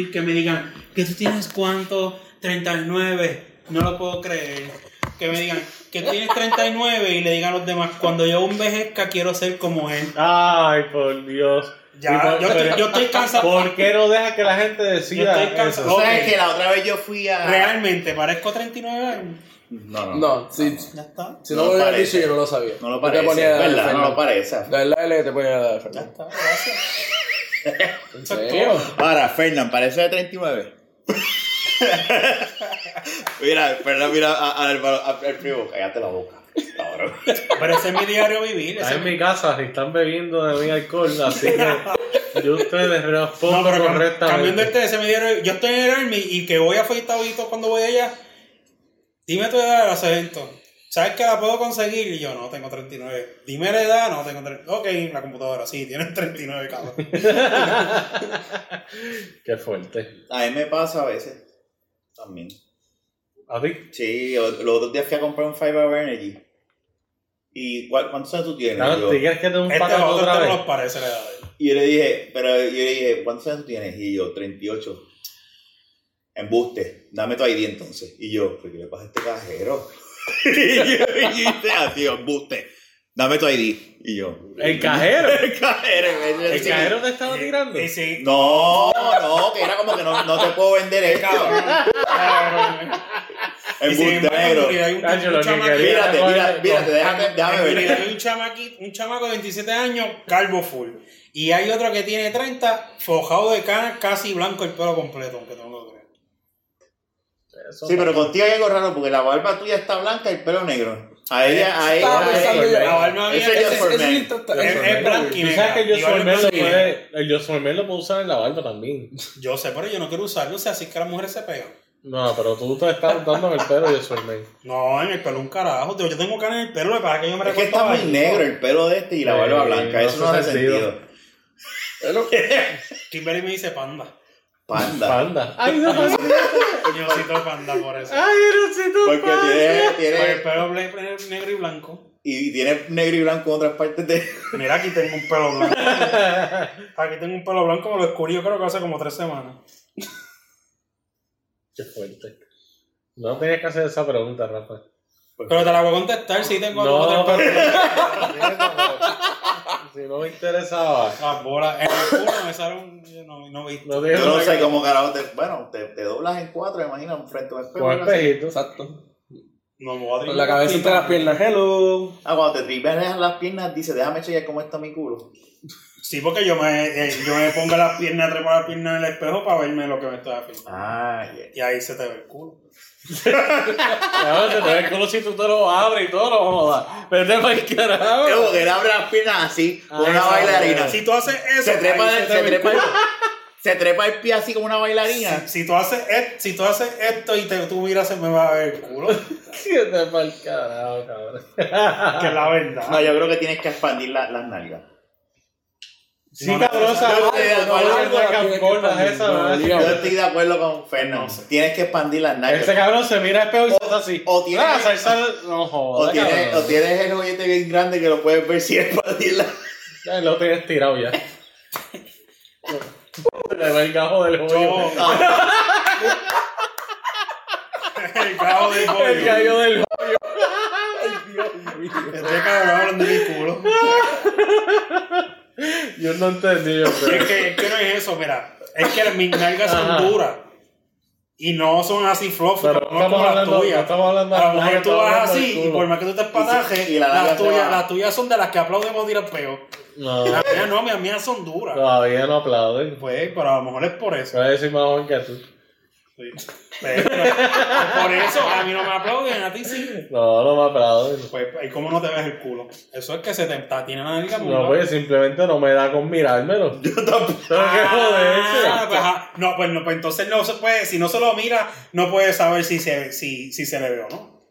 que me digan que tú tienes cuánto, 39, no lo puedo creer. Que me digan que tú tienes 39 y le digan a los demás, cuando yo envejezca quiero ser como él. Ay, por Dios. Ya, yo estoy cansado. ¿Por qué no deja que la gente decida eso? ¿Tú sabes que la otra vez yo fui a... ¿Realmente parezco 39 años? No, sí. Ya está. Si no me hubieras dicho, yo no lo sabía. No lo parece, ¿verdad? No lo parece. De verdad, L te ponía la de Ya Fernando. está, gracias. ¿En serio? Ahora, Fernan, parece de 39. Mira, Fernan, mira al primo. Cállate la boca, cabrón. Pero ese es mi diario vivir. Ahí en mi casa si están bebiendo de mi alcohol, así que yo ustedes respondo correctamente. Cambiando el tema, ese es mi diario vivir. Yo estoy en el Army y que voy afeitadito cuando voy allá. Dime tu edad del acento. ¿Sabes que la puedo conseguir? Y yo, no, tengo 39. Dime la edad, no, tengo 39. Ok, la computadora, sí, tienes 39, cabrón. Qué fuerte. A mí me pasa a veces. También. ¿A ti? Sí, los otros días fui a comprar un 5-Hour Energy. ¿Y cuántos años tú tienes? Claro, ¿tú quieres que te dé un Este pacato otro otra no vez? nos parece la edad de él. Y yo le dije, ¿cuántos años tú tienes? Y yo, 38. Embuste, dame tu ID entonces. Y yo, ¿pero qué le pasa a este cajero? y yo hice así, embuste, dame tu ID. Y yo, ¿El cajero? El cajero. ¿El cajero te estaba tirando? Sí. No, que era como que no te puedo vender esto. Cabrón. Embustero. Hay un Cacho, lo que chamaquito. quería- Mírate, déjame ver. Hay un chamaco de 27 años, calvo full. Y hay otro que tiene 30, fojado de canas, casi blanco el pelo completo, aunque no lo creas. Sí, pero contigo hay algo raro porque la barba tuya está blanca y el pelo negro. A ella. Estaba pensando yo. La barba mía Ese es- ya fue Es man. es blanco y Tú sabes que el negra. Josué Mel lo Sí. puede... El Josué Mel lo puede usar en la barba también. Yo sé, pero yo no quiero usarlo, o sea, así que las mujeres se pegan. No, pero tú te estás dando en el pelo de Josué Mel. No, en el pelo un carajo. Yo tengo canas en el pelo, lo que pasa es que yo me Es que recuerdo está muy bajito. negro el pelo de este y la barba blanca. no Eso no hace sentido. Kimberly me dice panda. Panda. Panda. Ay, no, no. Yo cito panda por eso. Ay, no sé tú. Porque Con el tiene pelo negro y blanco. y tiene negro y blanco en otras partes de. Mira, aquí tengo un pelo blanco. Aquí tengo un pelo blanco, me lo descubrí yo creo que hace como 3 semanas. Qué fuerte. No tenías que hacer esa pregunta, Rafa. Pero te la voy a contestar si tengo No, otro pero... pelo. Si no me interesaba. Las bolas. En el culo me sale un... No vi. No Yo no sé cómo carajo te doblas en 4, imagina, frente a un espejo. Con algo así. espejito. Exacto. No me voy a Con la cabeza entre las piernas. Hello. Cuando te tripeas las piernas, dice, déjame chequear cómo está mi culo. Sí, porque yo me pongo las piernas, trepo las piernas en el espejo para verme lo que me estoy haciendo. Y ahí se te ve el culo. Claro, te ve el culo si tú te lo abres y todo, no jodas. Vete para el carajo. Como que él abre las piernas así, como una eso, bailarina. Si tú haces eso, Se trepa, ahí te ve el culo. se trepa el pie así como una bailarina. Si tú haces esto y tú miras, se me va a ver el culo. Vete para el carajo, cabrón. Que es la verdad. No, yo creo que tienes que expandir las nalgas. Sí, No, cabrón, yo estoy de acuerdo. Yo Yo estoy de acuerdo con Fernando. No sé. Tienes que expandir las nalgas. Ese cabrón se mira al espejo y se hace así. o tiene- No jodas, O tienes el joyete bien grande que lo puedes ver si expandirla. Ya lo tienes tirado ya. Le va el gajo del joyo. El gajo del El pollo. gallo del joyo. Este cabrón hablando de mi culo. Yo no entendí, Y es que no es eso, mira. Es que mis nalgas Ajá. son duras. Y no son así fluffy, Pero como las no tuyas. estamos hablando A lo de mejor nalgas, tú estamos vas hablando del así y culo. por más que tú te espatajes, y la nalga se va. las tuyas son de las que aplaudemos de ir al peo. No, Las mías no, mis mías son duras. todavía no aplauden. Pues, pero a lo mejor es por eso. Voy a decir más joven que tú. Sí. Pero, por eso a mí no me aplauden, a ti sí. No me aplauden. Pues, ¿y cómo no te ves el culo? Eso es que se te tiene la nalga muy No, larga. pues simplemente no me da con mirármelo. Yo tampoco. Tengo que joderse. Pues entonces no se puede, si no se lo mira, no puede saber si se le ve o no.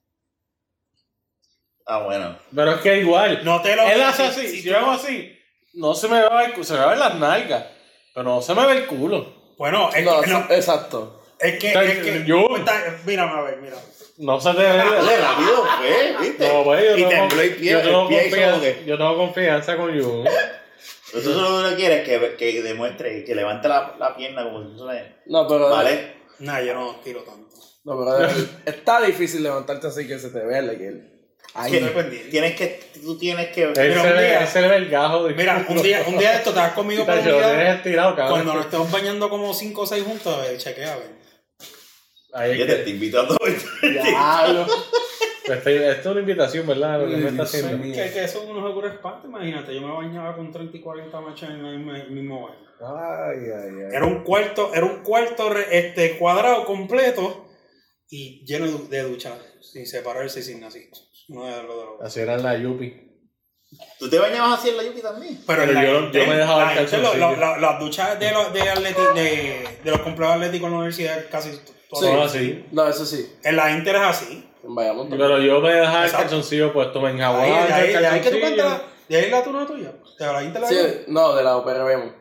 Ah, bueno. Pero es que igual. No te lo Él hace así. si Si yo hago así, no se me va a ver, se me va a ver las nalgas. Pero no se me ve el culo. Bueno, es No, que no, exacto. es que Yo- mírame a ver, mira. No se te ve. Dale, rápido, pues, ¿viste? No, pues y tembló el pie, yo el tengo pie hizo como confianza, que... yo tengo confianza con Jun. Pero tú solo quieres que demuestre, que levante la pierna como si fuera... No, pero... ¿Vale? Nah, yo no tiro tanto. No, pero está difícil levantarte así que se te vea el que ahí. Que dependiente. tú tienes que... Ese es el gajo. Mira, un día de esto te vas conmigo por Tacho, un lo día. tienes estirado, cabrón. Cuando nos estemos bañando como 5 o 6 juntos, chequea, a ver. Ahí es Yo que- te invito a todo. Diablo. Esto es una invitación, ¿verdad? Lo que me está Dios haciendo. mío. Que eso no se ocurre espanto, imagínate. Yo me bañaba con 30 y 40 machas en el mismo baño. Ay. Era un cuarto cuadrado completo y lleno de duchas, sin separarse y sin nada. Uno de los Así era en la Yupi. ¿Tú te bañabas así en la Yupi también? Pero Yo me dejaba el calzoncillo. las duchas de los complejos atléticos en la universidad casi todas. Todo así. No, eso sí. En la Inter es así. En Bayamón también. Pero yo me dejaba el Exacto. calzoncillo puesto, me De enjabonaba ahí, el de ahí que tú calzoncillo. cantas, de ahí la tuna tuya. De la Inter la Sí, no, de la UPRB.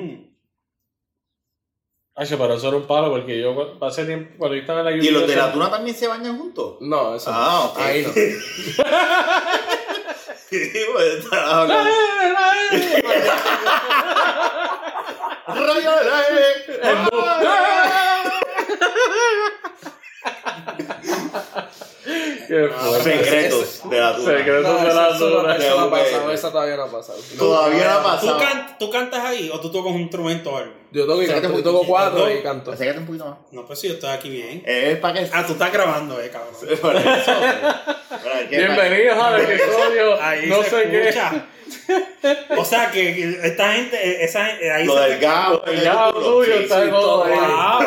Ay, pero eso era un palo porque yo pasé tiempo, cuando yo estaba en la Yupi. ¿Y los de yo la tuna también se bañan juntos? No, eso Ah, no. ok. Ahí no. Pues, estaba hablando. ¡Rayo del Qué fuerte. Secretos de la tuna. Secretos de la tuna. Eso no ha de pasado, UPR. esa todavía no ha pasado. Todavía no ha pasado. ¿Tú cantas ahí o tú tocas un instrumento o algo? Yo toco y Sácate canto, un yo toco poquito. 4 y canto. Acércate un poquito más. No, pues sí, yo estoy aquí bien. Es para que... Ah, tú estás grabando, cabrón. Por eso. Bienvenidos al episodio. Ahí No se sé qué. escucha. O sea que esta gente, ahí Lo se del gabo. El gabo tuyo está todo ahí. ¡Wow!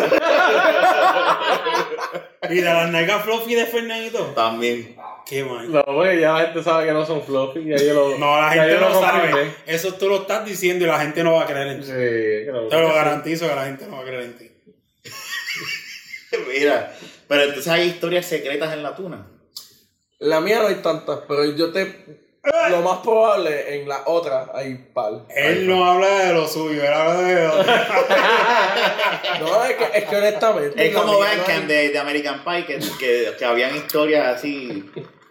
Y de las nalgas fluffy de Fernandito. También. Qué mal. No, pues ya la gente sabe que no son fluffy. Ya yo lo, No, la ya gente yo no lo sabe. confirmé. Eso tú lo estás diciendo y la gente no va a creer en ti. Sí, creo Te lo que garantizo que la gente no va a creer en ti. Mira. Pero entonces hay historias secretas en la tuna. La mía no hay tantas, pero lo más probable en la otra hay par. Él no habla de lo suyo, él habla de lo No, es que honestamente. Es la como mía no Beckham hay- de American Pie, que habían historias así.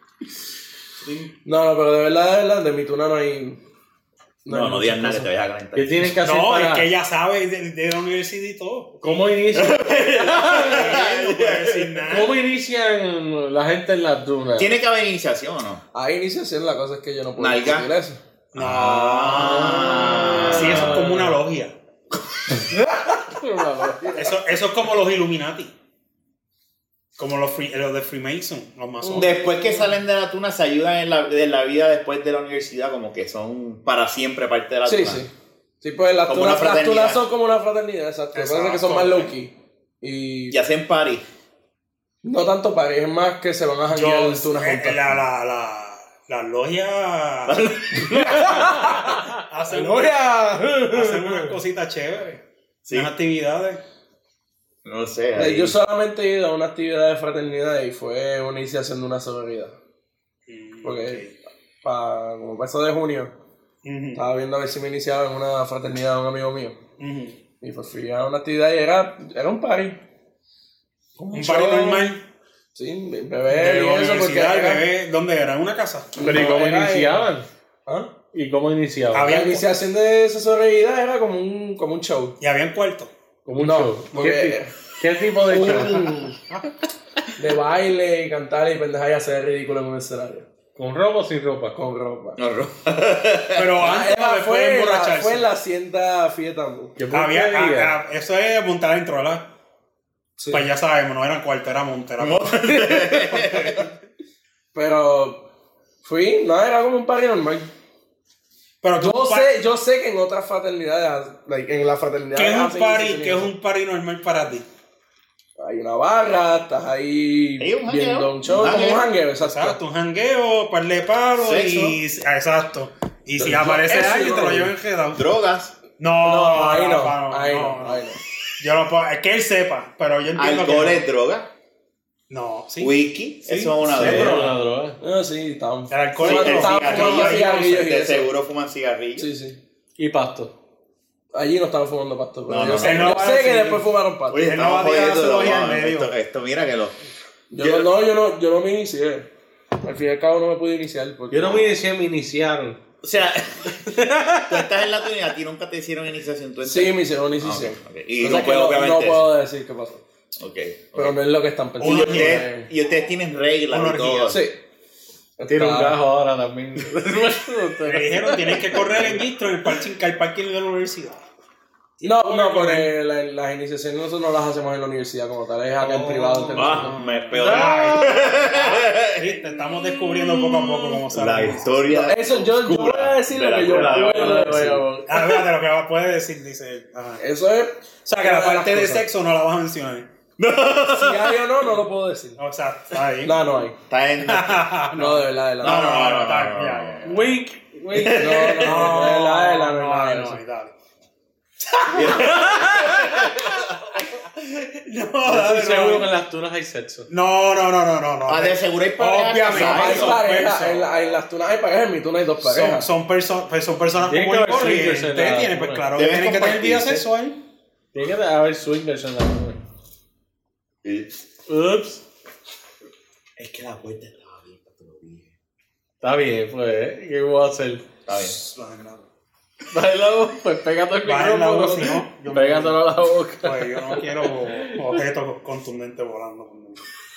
No, pero de verdad, de mi tuna no hay. No, no digas nada que te vayas a calentar. ¿Qué tienen que hacer No, para... es que ella sabe de la universidad y todo. ¿Cómo inician? No puede decir nada. ¿Cómo inician la gente en las dunas? Tiene que haber iniciación, ¿o no? Hay iniciación, la cosa es que yo no puedo Nalga. discutir eso. No. Ah. Sí, eso es como una logia. Eso es como los Illuminati. Como los de Freemason, los masones. Después que salen de la tuna, se ayudan en la vida después de la universidad, como que son para siempre parte de la Sí, tuna. sí. Sí, pues las Como una tunas, fraternidad. son como una fraternidad, exacto. Lo que pasa es que son más Exacto. low-key. Y Y hacen party. no tanto para es más que se van a janguear en tunas juntas. La logia hacen unas cositas chéveres. Sí. Unas actividades. No sé. ahí. Yo solamente he ido a una actividad de fraternidad y fue una iniciación de una sororidad. Porque como para eso de junio, estaba viendo a ver si me iniciaba en una fraternidad de un amigo mío. Y pues fui a una actividad y era un party. Un party normal. Sí, De beber y la eso porque universidad, era... bebé, ¿dónde era? ¿En una casa? Pero ¿y No, cómo era iniciaban? ¿Ah? ¿Y cómo iniciaban? Había- La iniciación de esa sororidad era como un show. Y habían cuartos. Como un No, show. porque- ¿Qué tipo de show? De baile y cantar y pendejar y hacer ridículo en un escenario. ¿Con ropa o sin ropa? Con ropa. No, no. Pero antes o después de emborracharse. fue en la hacienda Fietamo. ¿Qué porquería? Eso es montar adentro, ¿verdad? Sí. Pues ya sabemos, no eran cuartos, era monte. Pero fui, no, era como un party normal. Pero Yo sé que en otras fraternidades, en la fraternidad ¿qué es un hacen party? iniciación y ¿Qué es eso. un party normal para ti? Hay una barra, estás ahí Sí, un viendo jangueo. un show, Un como un jangueo. jangueo, exacto. Exacto, un jangueo, par de palos Sexo. y... Exacto. Y si aparece Eso alguien, no te lo lo llevan quedado. Drogas, No, ahí no, Rafa, ahí no, ahí no. Yo no puedo... Es que él sepa, pero yo entiendo alcohol que... es droga, No, sí. whisky, Sí, eso es una sí, Pero droga. una droga. No, sí, estaban El alcohol Sí, es el droga. estaban fumando cigarrillo, cigarrillos y de eso. seguro fuman cigarrillos. Sí, sí. Y pasto. Allí no estaban fumando pasto, pero No, yo no, sé, no. yo sé que después fumaron pasto. Oye, Él no va a estamos tirar jodiendo su logia vamos, en medio. esto mira que lo... Yo no me inicié. Al fin y al cabo no me pude iniciar. Porque Yo no me inicié, me iniciaron. O sea, tú estás en la tuna y a ti nunca te hicieron iniciación. ¿Tú Sí, me hicieron iniciación. Okay. Y Entonces, no puedo, obviamente. no puedo decir qué pasó. Ok. Pero no es lo que están pensando. Y ustedes tienen reglas y todo. Sí. Tiene un gajo ahora también. Me dijeron, tienes que correr en Gistro en el parking de la universidad. No, porque las iniciaciones nosotros no las hacemos en la universidad como tal, es acá en privado. Entre nosotros. Me peor. Te estamos descubriendo poco a poco cómo La sabes. historia. Eso yo voy a decir lo que yo puedo decir. Espérate, lo que puede decir, dice él. Ajá. Eso es. O sea, que la parte de sexo no la vas a mencionar. Si hay o no lo puedo decir. O sea, está ahí. No hay. Está en. No, de verdad. No, está ya. Wink. No, de verdad. Dale. Estoy seguro que en las tunas hay sexo. No. De seguro hay parejas. Obviamente. Hay Son parejas, personas. en las tunas hay parejas, en mi tuna hay dos parejas. Son personas Tiene como que el haber swingers corriente. en la Tienen, pues tuna. claro, que Deben tienen que tener vida compartirse. sexual. Tiene que haber swingers en la tuna. Ups. Es que la puerta estaba abierta, te lo dije. Está bien, pues. ¿Qué voy a hacer? Está bien. Baila, pues pégate el Baja la voz, micrófono. si no, yo Pégatelo a la boca. Pues yo no quiero objetos contundentes volando conmigo.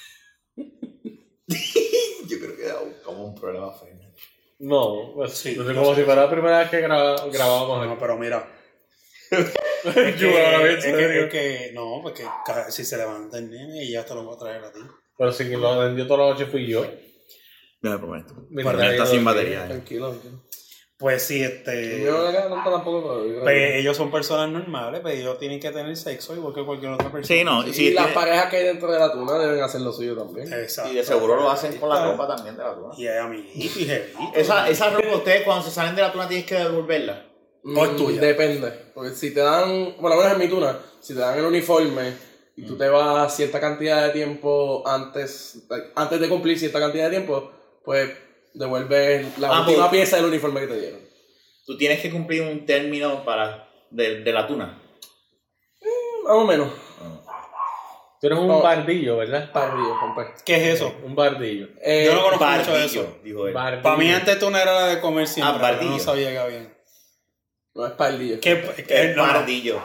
Yo creo que como un problema feo. No, pues Sí, no sé, yo como sé. si fuera la primera vez que grabábamos No, aquí. pero mira. Yo una vez, es que no, porque si se levanta el nene y ya te lo voy a traer a ti. Pero si quien lo atendió toda la noche fui yo. Me lo prometo. Mira, Porque está sin ahí, batería. Tranquilo. Pues sí, Yo no le canto tampoco. pues ellos son personas normales, pero ellos tienen que tener sexo igual que cualquier otra persona. Sí, no. Y Sí, las tiene- parejas que hay dentro de la tuna deben hacer lo suyo también. Exacto. Y de seguro lo hacen con la ropa también de la tuna. Y hay amiguitos y jevitos. Esa ropa, ustedes cuando se salen de la tuna tienes que devolverla. ¿O es tuya? Depende. Porque si te dan, por lo menos en mi tuna, si te dan el uniforme y tú te vas cierta cantidad de tiempo antes de cumplir cierta cantidad de tiempo, pues devuelves la última pieza del uniforme que te dieron. Tú tienes que cumplir un término de la tuna. Más o menos. Tú eres un No. bardillo, ¿verdad? Pardillo, compadre. ¿Qué es eso? Un bardillo. Yo no conozco mucho de Bardillo, eso. dijo él. Bardillo. Para mí antes tú no era la de comer siempre. Ah, bardillo. Yo no sabía que había. No es pardillo. ¿Qué? No, Pardillo.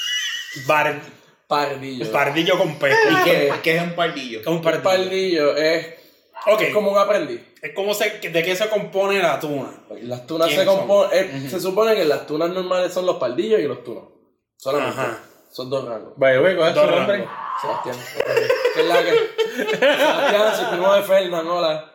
Pardillo. Pardillo con P. ¿Y qué es un pardillo? ¿Qué es un Un pardillo? pardillo es Ok. como un aprendiz. Es como de qué se compone la tuna. Las tunas ¿Quiénes se componen. Se supone que las tunas normales son los pardillos y los tunos. Solamente. Ajá. Son dos rangos. Vaya, güey, ¿cuál es tu Dos nombre? rangos. Sebastián. ¿Qué es la que? Sebastián, soy primo de Fernan, hola.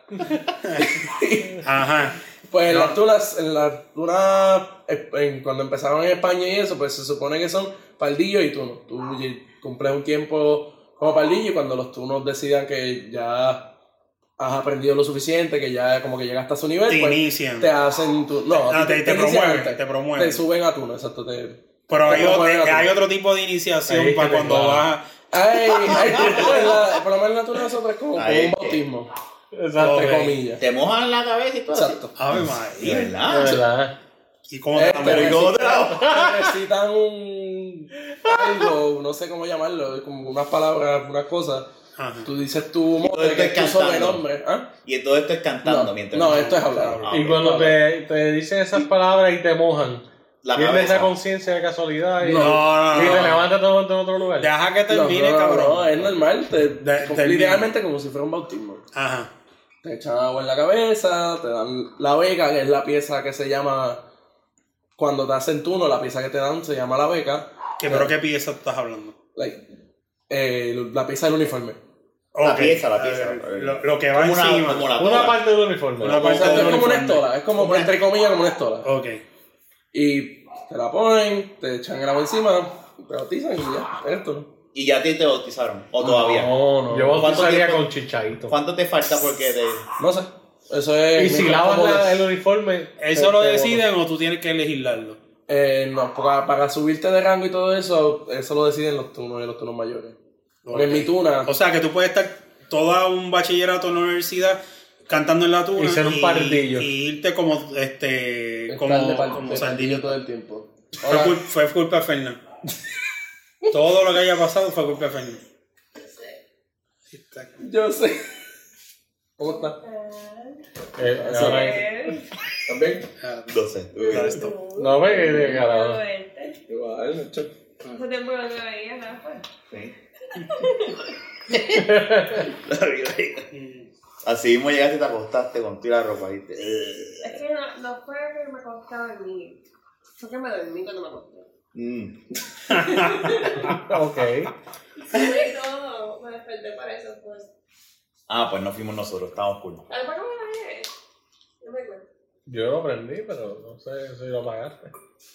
Ajá. Pues en las tunas, cuando empezaron en España y eso, pues se supone que son pardillos y tunos. Tú cumples un tiempo como pardillo y cuando los tunos decidan que ya has aprendido lo suficiente, que ya como que llegaste a su nivel, Te pues inician. te hacen tu... No, Te inician promueven, antes. te promueven. Te suben a tuno, exacto. Pero te promueven a tuno. hay otro tipo de iniciación Ahí es para que te cuando clavan. vas. Por lo menos en la tuna de nosotros es como Ahí un es que- bautismo, Exacto. entre comillas. ¿Te mojan la cabeza y todo así? Exacto. Ave ¿De María. De verdad? verdad. ¿Y cómo te Pero la ¿cómo te la- te recitan algo, no sé cómo llamarlo, como unas palabras, unas cosas. Ajá. Tú dices tu todo mote, esto que es es tu cantando. sobrenombre. ¿Ah? Y todo esto es cantando No, mientras. no, esto es hablar. Ah, Y ok. cuando te dicen esas palabras y te mojan, La pierdes cabeza. la conciencia de casualidad y, No. y te levantas todo en otro lugar. Deja que termine, no, cabrón. no, es normal. Termina. Literalmente como si fuera un bautismo. Ajá. Te echan agua en la cabeza, te dan la beca, que es la pieza que se llama, cuando te hacen tuno, la pieza que te dan se llama la beca. ¿Pero qué pieza estás hablando? La pieza del uniforme. La Ok. pieza. Lo que va Como encima. como la Una toga. parte del uniforme. Una O parte sea, del esto es como una uniforme. estola, es como, entre comillas, como una estola. Ok. Y te la ponen, te echan el agua encima, te bautizan y ya, esto, ¿no? ¿Y ya a ti te bautizaron? ¿O todavía? No, Yo ¿Cuánto bautizaría tiempo? con chichaito. ¿Cuánto te falta porque te...? No sé. Eso es... Y si mientras lavas como el uniforme, ¿Eso lo deciden o tú tienes que legislarlo? no, para subirte de rango y todo eso, eso lo deciden los turnos y los turnos mayores. Porque en mi tuna... O sea, que tú puedes estar todo un bachillerato en la universidad cantando en la tuna Y ser un pardillo. y irte como como sardillo. todo el tiempo. Fue culpa de Fernan. Todo lo que haya pasado fue culpa de Fernan. Yo sé. ¿Cómo está? ahora es- ¿También? 12. Claro, esto. No me quedé carajo. Igual, Nacho. Hace tiempo que no te veía, nada fue. Sí. Así mismo llegaste y te acostaste con tu la ropa y te... Es que no fue que me acostaba dormir. Fue que me dormí cuando me acosté. Ok. Y todo, me desperté para eso, pues. Ah, pues no fuimos nosotros, estábamos cool. ¿Algo que me bajé? No me acuerdo. Yo lo aprendí, pero no sé si lo pagaste.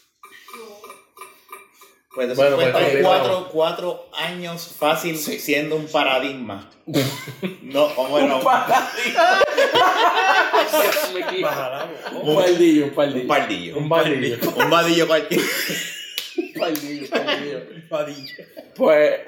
Pues entonces Bueno, pues, están 4 años fácil siendo un paradigma. No, bueno, Un pardillo. un pardillo. Un baldillo. Un vadillo cualquier. Pardillo. Padilla. Pues,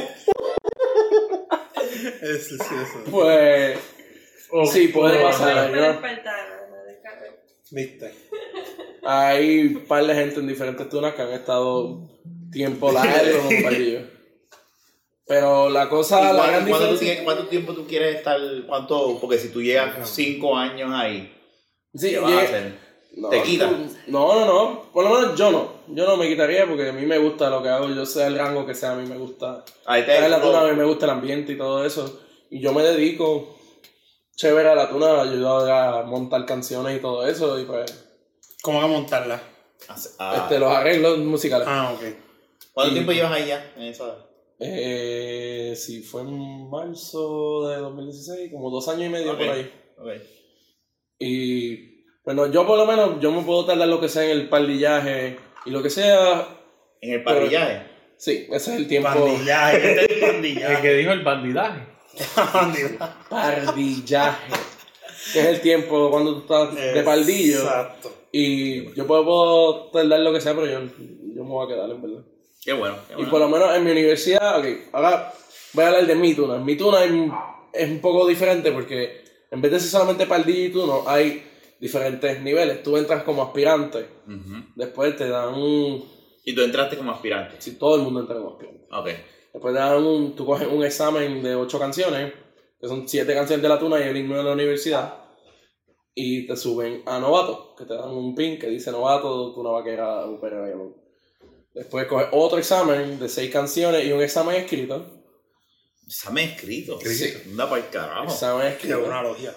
Eso. pues, sí, puede pasar. Me ¿no? despertaron, me descargué. ¿Viste? Hay un par de gente en diferentes tunas que han estado tiempo largo con pardillo. Pero la cosa, la gran diferencia... ¿Cuánto tiempo tú quieres estar? Porque si tú llegas 5 años ahí, Sí, ¿qué vas a hacer? no, ¿Te quitas? No. Por lo menos yo no. Yo no me quitaría porque a mí me gusta lo que hago. Yo sea el rango que sea, a mí me gusta. Ahí Estar en la tuna, a mí me gusta el ambiente y todo eso. Y yo me dedico chévere a la tuna, ayudo a montar canciones y todo eso. Y pues, ¿Cómo va a montarla? los arreglos musicales. Ah, ok. ¿Cuánto tiempo llevas ahí ya en esa? Sí, fue en marzo de 2016, como 2 años y medio por ahí. Okay. Y bueno, yo por lo menos, yo me puedo tardar lo que sea en el pardillaje y lo que sea. ¿En el parrillaje? Sí, ese es el tiempo. Bandillaje. Este es El bandillaje. que dijo el bandidaje. Bandillaje. Pardillaje. Que es el tiempo cuando tú estás de pardillo. Exacto. Y yo puedo tardar lo que sea, pero yo me voy a quedar, en verdad. Qué bueno. Y por lo menos en mi universidad, ok, ahora voy a hablar de mi tuna. Mi tuna es un poco diferente porque en vez de ser solamente pardillo y tuno, hay diferentes niveles. Tú entras como aspirante, después te dan ¿Y tú entraste como aspirante? Sí, todo el mundo entra como aspirante. Ok. Después te dan tú coges un examen de 8 canciones, que son 7 canciones de la tuna y el himno de la universidad, y te suben a novato, que te dan un pin que dice novato, tuna vaquera, upera, Bayamón. Después coges otro examen de 6 canciones y un examen escrito. Examen escrito. Sí. Anda para el carajo. Examen Qué escrito. buena logia.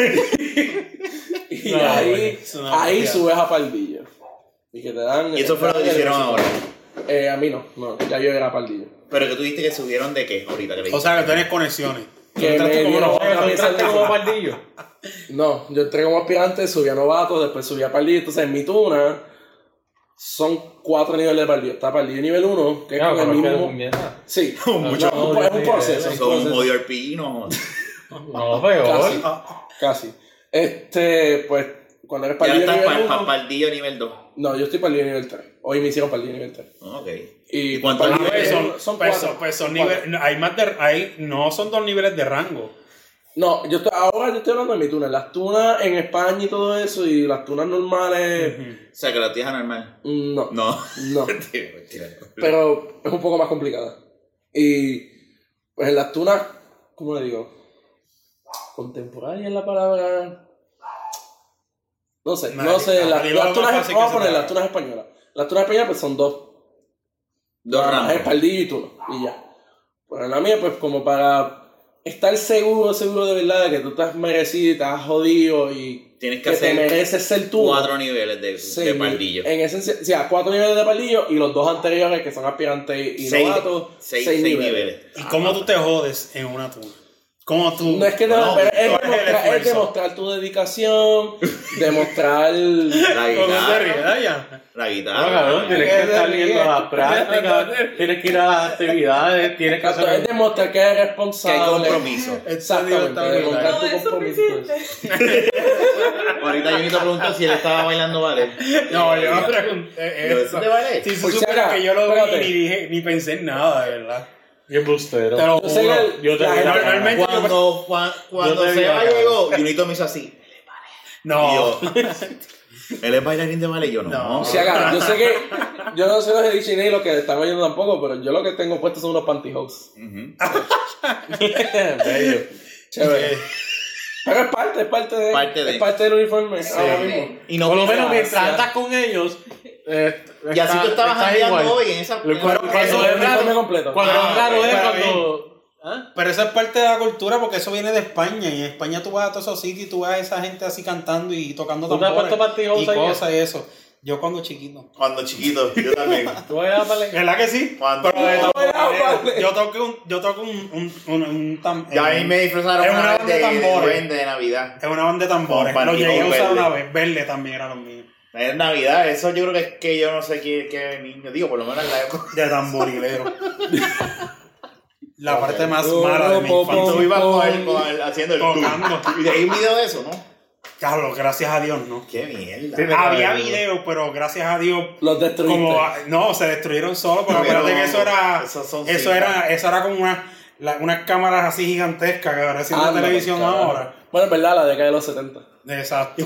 Y No, ahí, es una ahí logia. subes a pardillo. Y que te dan... ¿Y eso fue lo que te hicieron ahora? A mí no, ya yo era pardillo. Pero que tú dijiste que subieron de qué ahorita que le O sea, que tienes conexiones. Que Entraste me como dieron una- una pieza ¿Entraste de- como baldillo? No, yo entré como aspirante, subí a novato, después subí a pardillo. Entonces en mi tuna son 4 niveles de pardillo. Está pardillo nivel 1, que es Claro, con el pero es que mismo... mierda. Sí, Mucho. no, es un proceso. Son un jodido RPG, no. No, peor. Casi. Pues cuando eres Ya pardillo estás nivel 1... para pardillo nivel 2. No, yo estoy pardillo nivel 3. Hoy me hicieron pardillo nivel 3. Ok. Y cuántos pardillo niveles nivel Son, uno pues son cuatro. niveles. Hay más de. No son 2 niveles de rango. No, ahora yo estoy hablando de mi tuna. Las tunas en España y todo eso, y las tunas normales, O sea, que la tienes normal. no. No. No. Mentira. Pero es un poco más complicada. Y pues en las tunas, ¿cómo le digo? Contemporánea es la palabra. No sé, Dilo lo las tunas, más fácil vamos a que poner se las te tunas españolas. Las tunas españolas pues son 2. Dos Es ramos. pardillo y tuno, y ya. Pero en la mía, pues como para estar seguro de verdad de que tú estás merecido y estás jodido y Tienes que que te hacer mereces ser tú. 4 niveles de Seis pardillo. En esencia, o sea, 4 niveles de pardillo y los 2 anteriores que son aspirantes y novatos, 6 6 niveles. ¿Y cómo tú te jodes en una tuna? ¿Cómo tú? No es que No, pero ¿cuál es el es esfuerzo? demostrar tu dedicación, demostrar... La ¿Cómo te guitarra. ríes, Dayan? La No, guitarra. cabrón, tienes que estar yendo a las prácticas, tienes que ir a las actividades, tienes que Es hacer... demostrar que eres Que hay responsable. compromiso. Exactamente, demostrar No, tu es compromiso. suficiente. Ahorita Junito preguntó si él estaba bailando ballet. No, yo no pregunté Pero eso. eso de ballet. Si Por si supiera acaso, que yo lo vi espérate. ni dije, ni pensé en nada, de verdad. Qué bustero. Te lo Yo sé juro. que Yo te la vi la gente- cara. Normalmente Cuando Yo te vi Seba la cara. llegó, Junito me hizo así. No. Y yo, ¿él es bailarín de ballet? Yo no. No. Si acá, yo sé que yo no sé los de Disney ni los que están oyendo tampoco, pero yo lo que tengo puesto son unos pantyhose. Ujú. Bello. Chévere. Pero es parte del uniforme ahora mismo. Y no Por lo menos piensas- mientras andas con ellos. Y así tú estabas jangueando hoy en esa. Cuando Eso es es el raro, uniforme completo. cuando es raro es pero cuando. ¿Ah? Pero eso es parte de la cultura porque eso viene de España. Y en España tú vas a todos esos sitios y tú ves a esa gente así cantando y tocando ¿Tú te has tambores puesto pantyhose y ahí? cosas y eso. Yo cuando chiquito. Cuando chiquito, yo también. ¿Tú vas a ir a darle? ¿Verdad que sí? Cuando- Pero de No, tamborilero. vale. Yo toco un Ya a mí me disfrazaron Es una una vez banda de de tambores. duende de Navidad. Es una banda de tambores. Con Lo llegué a pantyhose usar verde. una vez. Verde también era lo mío. Es Navidad, eso yo creo que es que yo no sé qué niño. Digo, por lo menos en la época. De tamborilero. La parte más Oh, mala de mi po, infancia. Tú ibas con él haciendo el Tocando. tour. Y hay un video de eso, ¿no? Carlos, gracias a Dios, ¿no? Qué mierda. Sí, Había videos, pero gracias a Dios Los destruiste. no, se destruyeron solos, porque Pero acuérdate que esos son eso era como unas cámaras así gigantescas que ahora haciendo Anda, televisión carajo. ahora. Bueno, es verdad, la década de los 70. Exacto.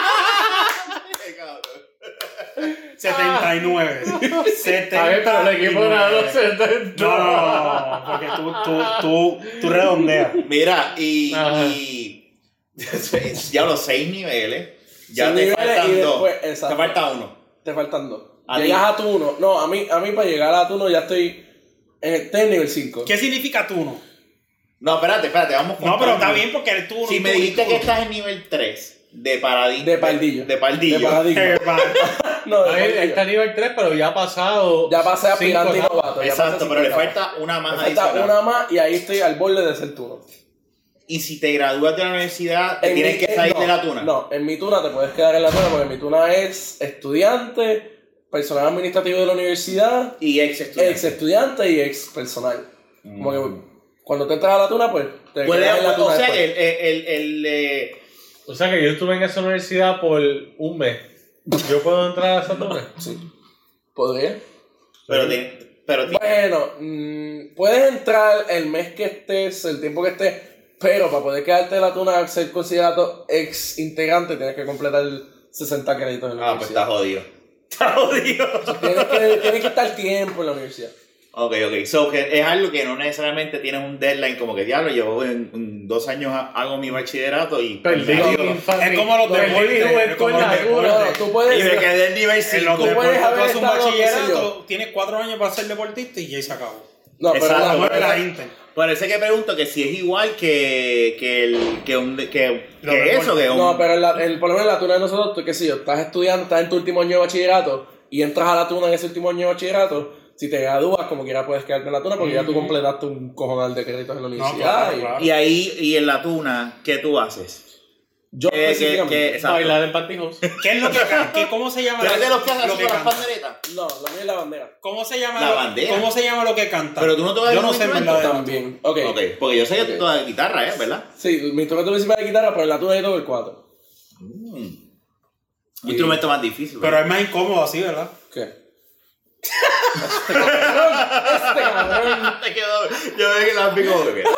79. A ver, pero el equipo era de los 70. No, porque tú redondeas. Mira, Ajá. y ya los 6 niveles. Ya Seis te niveles faltan y 2. después- Te exacto. falta 1. Te faltan 2. ¿A Llegas ti? a tu 1. No, a mí para llegar a tu 1 ya estoy en el nivel 5. ¿Qué significa tú no? No, espérate, vamos con No, pero calma. está bien porque eres tú. Si me dijiste que estás en nivel 3 de paradillo. De pardillo. De pardillo. De paradigma. No, de Ahí pardillo. está nivel 3, pero ya ha pasado. Ya pasé a cinco aspirante y etapas. novato. ya Exacto, pasé pero le 50. falta una más Me falta adicional. una más y ahí estoy al borde de ser turno. Y si te gradúas de la universidad, te tienes que salir de la tuna. No, en mi tuna te puedes quedar en la tuna porque mi tuna es estudiante, personal administrativo de la universidad, Y ex estudiante. ex estudiante y ex personal. Como que cuando te entras a la tuna, pues te quedas en la tuna O sea, después. O sea que yo estuve en esa universidad por un mes. ¿Yo puedo entrar a esa tuna? Sí. ¿Podría? pero Bueno, puedes entrar el mes que estés, el tiempo que estés, pero para poder quedarte en la tuna, ser considerado ex integrante, tienes que completar 60 créditos en la pues está universidad. jodido. Está jodido. Tienes que estar tiempo en la universidad. Ok. So, que es algo que no necesariamente tienes un deadline como que diablo, yo en 2 años hago mi bachillerato y Perdí adiós. mi infancia. Es como los Perdí mi deportes. juventud Es como en los la deportes. cuna. No, tú puedes. Y me quedé en nivel En 5. los puedes deportes, tú haber haces un estado, qué sé bachillerato, tienes 4 años para ser deportista y ya se acabó. No, pero Exacto, la- Como pero- la Inter. Parece que pregunto que si es igual que Los eso, que un... No, pero por lo menos en la tuna de nosotros, tú qué sé yo, estás estudiando, estás en tu último año de bachillerato y entras a la tuna en ese último año de bachillerato, si te gradúas, como quiera puedes quedarte en la tuna porque ya tú completaste un cojonal de créditos en la universidad. claro. Y ahí, y en la tuna, ¿qué tú haces? Yo específicamente. exacto. Bailar en pantyhose. ¿Qué es lo que ¿Cómo se llama? ¿Tú eres de los que hacen lo así que con las canta? panderetas? No, lo mío es la bandera. ¿Cómo se llama? La bandera. ¿Cómo se llama lo que canta? Pero tú no tocas Yo no ningún sé en instrumento verdad. También. Ok. Ok, porque yo sé que Ok. tú tocas guitarra, ¿verdad? Sí, mi instrumento principal es guitarra, pero en la tuna yo toco el 4. Un instrumento más difícil. Pero es más incómodo así, ¿verdad? ¿Qué? Este cabrón. Te quedó, yo veo que la pico como que...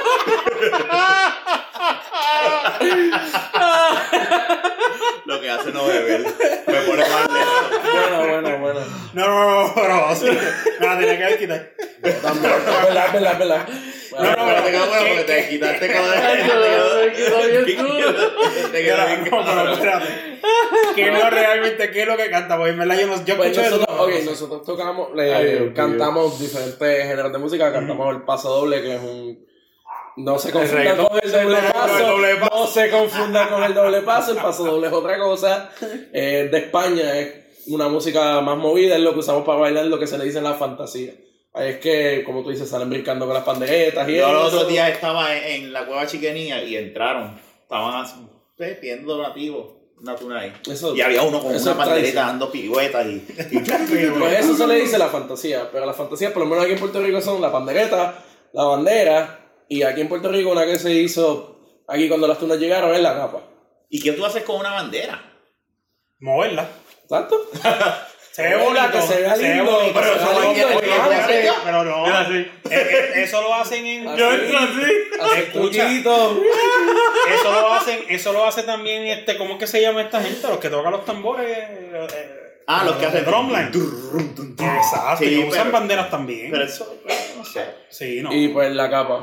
Lo que hace no beber. Me pone más lento. Bueno. No, pero así. Nada, tenía que quitar. También. Es verdad. No, Pero te quedó bueno porque te quitaste con Me quedó bien duro. Te quedó bien No, pero espérate. ¿Qué es lo realmente? ¿Qué es lo que canta? Porque en verdad yo Pues escucho nosotros, eso. ok, nosotros tocamos, Ay, Dios mío. cantamos diferentes géneros de música, cantamos el paso doble, que es un... No se confundan reggaetón con el doble el paso, doble paso. no se confundan con el doble paso, el paso doble es otra cosa. De España es una música más movida, es lo que usamos para bailar, lo que se le dice en la fantasía. Ahí es que, como tú dices, salen brincando con las panderetas y Yo los eso. otros días estaba en la cueva chiquenía y entraron. Estaban pidiendo donativos. Una tuna ahí. Eso- Y había uno con eso una es pandereta tradición. dando piruetas y Pues eso se le dice la fantasía, pero la fantasía, por lo menos aquí en Puerto Rico, son la pandereta, la bandera, y aquí en Puerto Rico una que se hizo aquí cuando las tunas llegaron es la capa. ¿Y qué tú haces con una bandera? Moverla. ¿Tanto? Se ve Moverla, bonito. que se vea lindo, bonito, pero eso se lo vea hacen- lindo, elegante. pero no. Mira así. Eso lo hacen en. Así. Yo entro así. Hacer Escucha. truquitos. Eso lo hace también ¿cómo es que se llama esta gente? Los que tocan los tambores. Los que hacen drumline. Exacto, Sí, y usan pero- banderas también. Pero eso, no sé. Sí, no. Y pues la capa.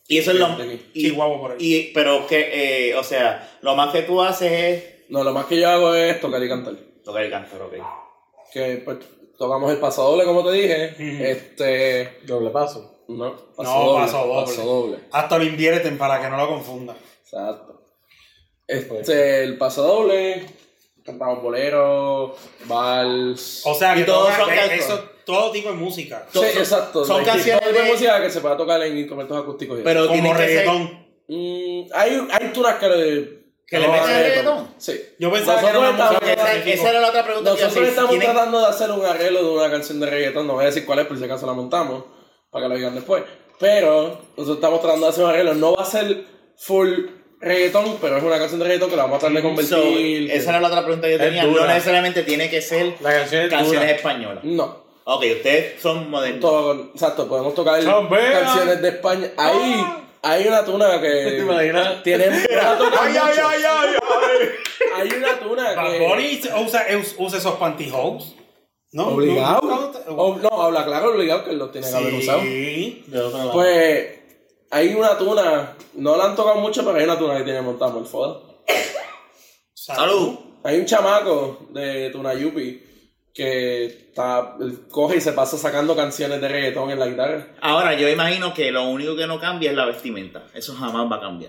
Y eso es lo... Chihuahua por ahí. Pero que, o sea, lo más que tú haces es... No, lo más que yo hago es tocar y cantar. Tocar y cantar, ok. Que pues tocamos el paso doble, como te dije. Doble paso. No, paso doble. Hasta lo invierten para que no lo confundan. Exacto. El paso doble, cantamos bolero, vals. O sea, que todos son todo tipo de música. Sí, exacto. Son canciones de de música que se puede tocar en instrumentos acústicos. Pero Como tiene que ser... reggaetón. Hay tunas que le meten reggaetón. Sí. Yo pensaba que era una Nosotros música Esa era la otra pregunta que yo Nosotros hacía. estamos tratando de hacer un arreglo de una canción de reggaetón. No voy a decir cuál es, por si acaso la montamos, para que lo digan después. Pero nosotros estamos tratando de hacer un arreglo. No va a ser full reggaetón, pero es una canción de reggaetón que la vamos a tratar de convertir. Esa era la otra pregunta que yo tenía. No necesariamente tiene que ser canciones españolas. No. Ok, ustedes son modernos. Exacto, podemos tocar Chambea. canciones de España. Hay una tuna que ¿Te imaginas? tiene Ay. Hay una tuna Bad que Bunny usa esos pantyhose. ¿No? obligado. No. No, habla claro, obligado que lo tiene que haber usado. Sí. De otro lado. Pues hay una tuna, no la han tocado mucho, pero hay una tuna que tiene montado el foda. Salud. Hay un chamaco de Tuna Yupi que coge y se pasa sacando canciones de reggaetón en la guitarra. Ahora, yo imagino que lo único que no cambia es la vestimenta. Eso jamás va a cambiar.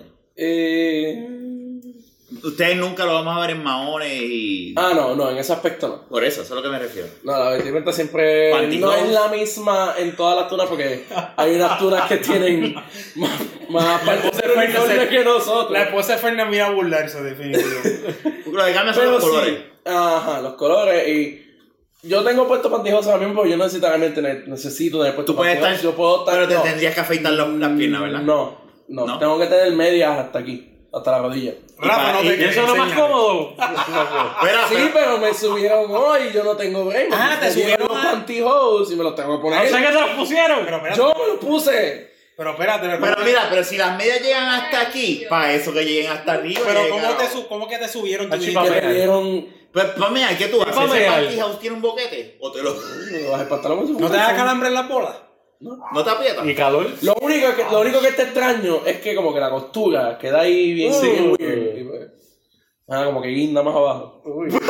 Ustedes nunca lo vamos a ver en maones y... No, en ese aspecto no. Por eso es a lo que me refiero. No, la vestimenta siempre no es la misma en todas las tunas porque hay unas tunas que tienen más partes de uniforme que nosotros. La esposa de Fernández mira a burlarse, definitivamente. Porque lo que cambia son los colores. Sí, los colores y yo tengo puesto pantyhose ahora mismo porque yo no necesito tener puesto Tú puedes pantyhose. estar... Yo puedo estar... Pero te tendrías que afeitar las piernas, ¿verdad? No, tengo que tener medias hasta aquí, hasta la rodilla. Rafa, no te ¿Y eso es lo más cómodo? Sí, pero me subieron hoy y yo no tengo break. Te subieron los pantyhose y me los tengo que poner. O sea que se los pusieron. Pero espérate. Yo me los puse. Pero espérate. Pero mira, pero si las medias llegan hasta aquí, para eso que lleguen hasta arriba. Pero llegaron. ¿cómo que te subieron? A Tú chipar. dijiste- Que me dieron... Pues, mira, ¿qué tú haces? Para ¿Ese mear. pantyhose tiene un boquete? ¿O te lo... Me bajé el pantalón. como si ¿No te fuera da calambre en las bolas? ¿No te aprietas? ¿Y calor? Lo único que está extraño es que como que la costura queda ahí bien weird. Y pues, como que guinda más abajo.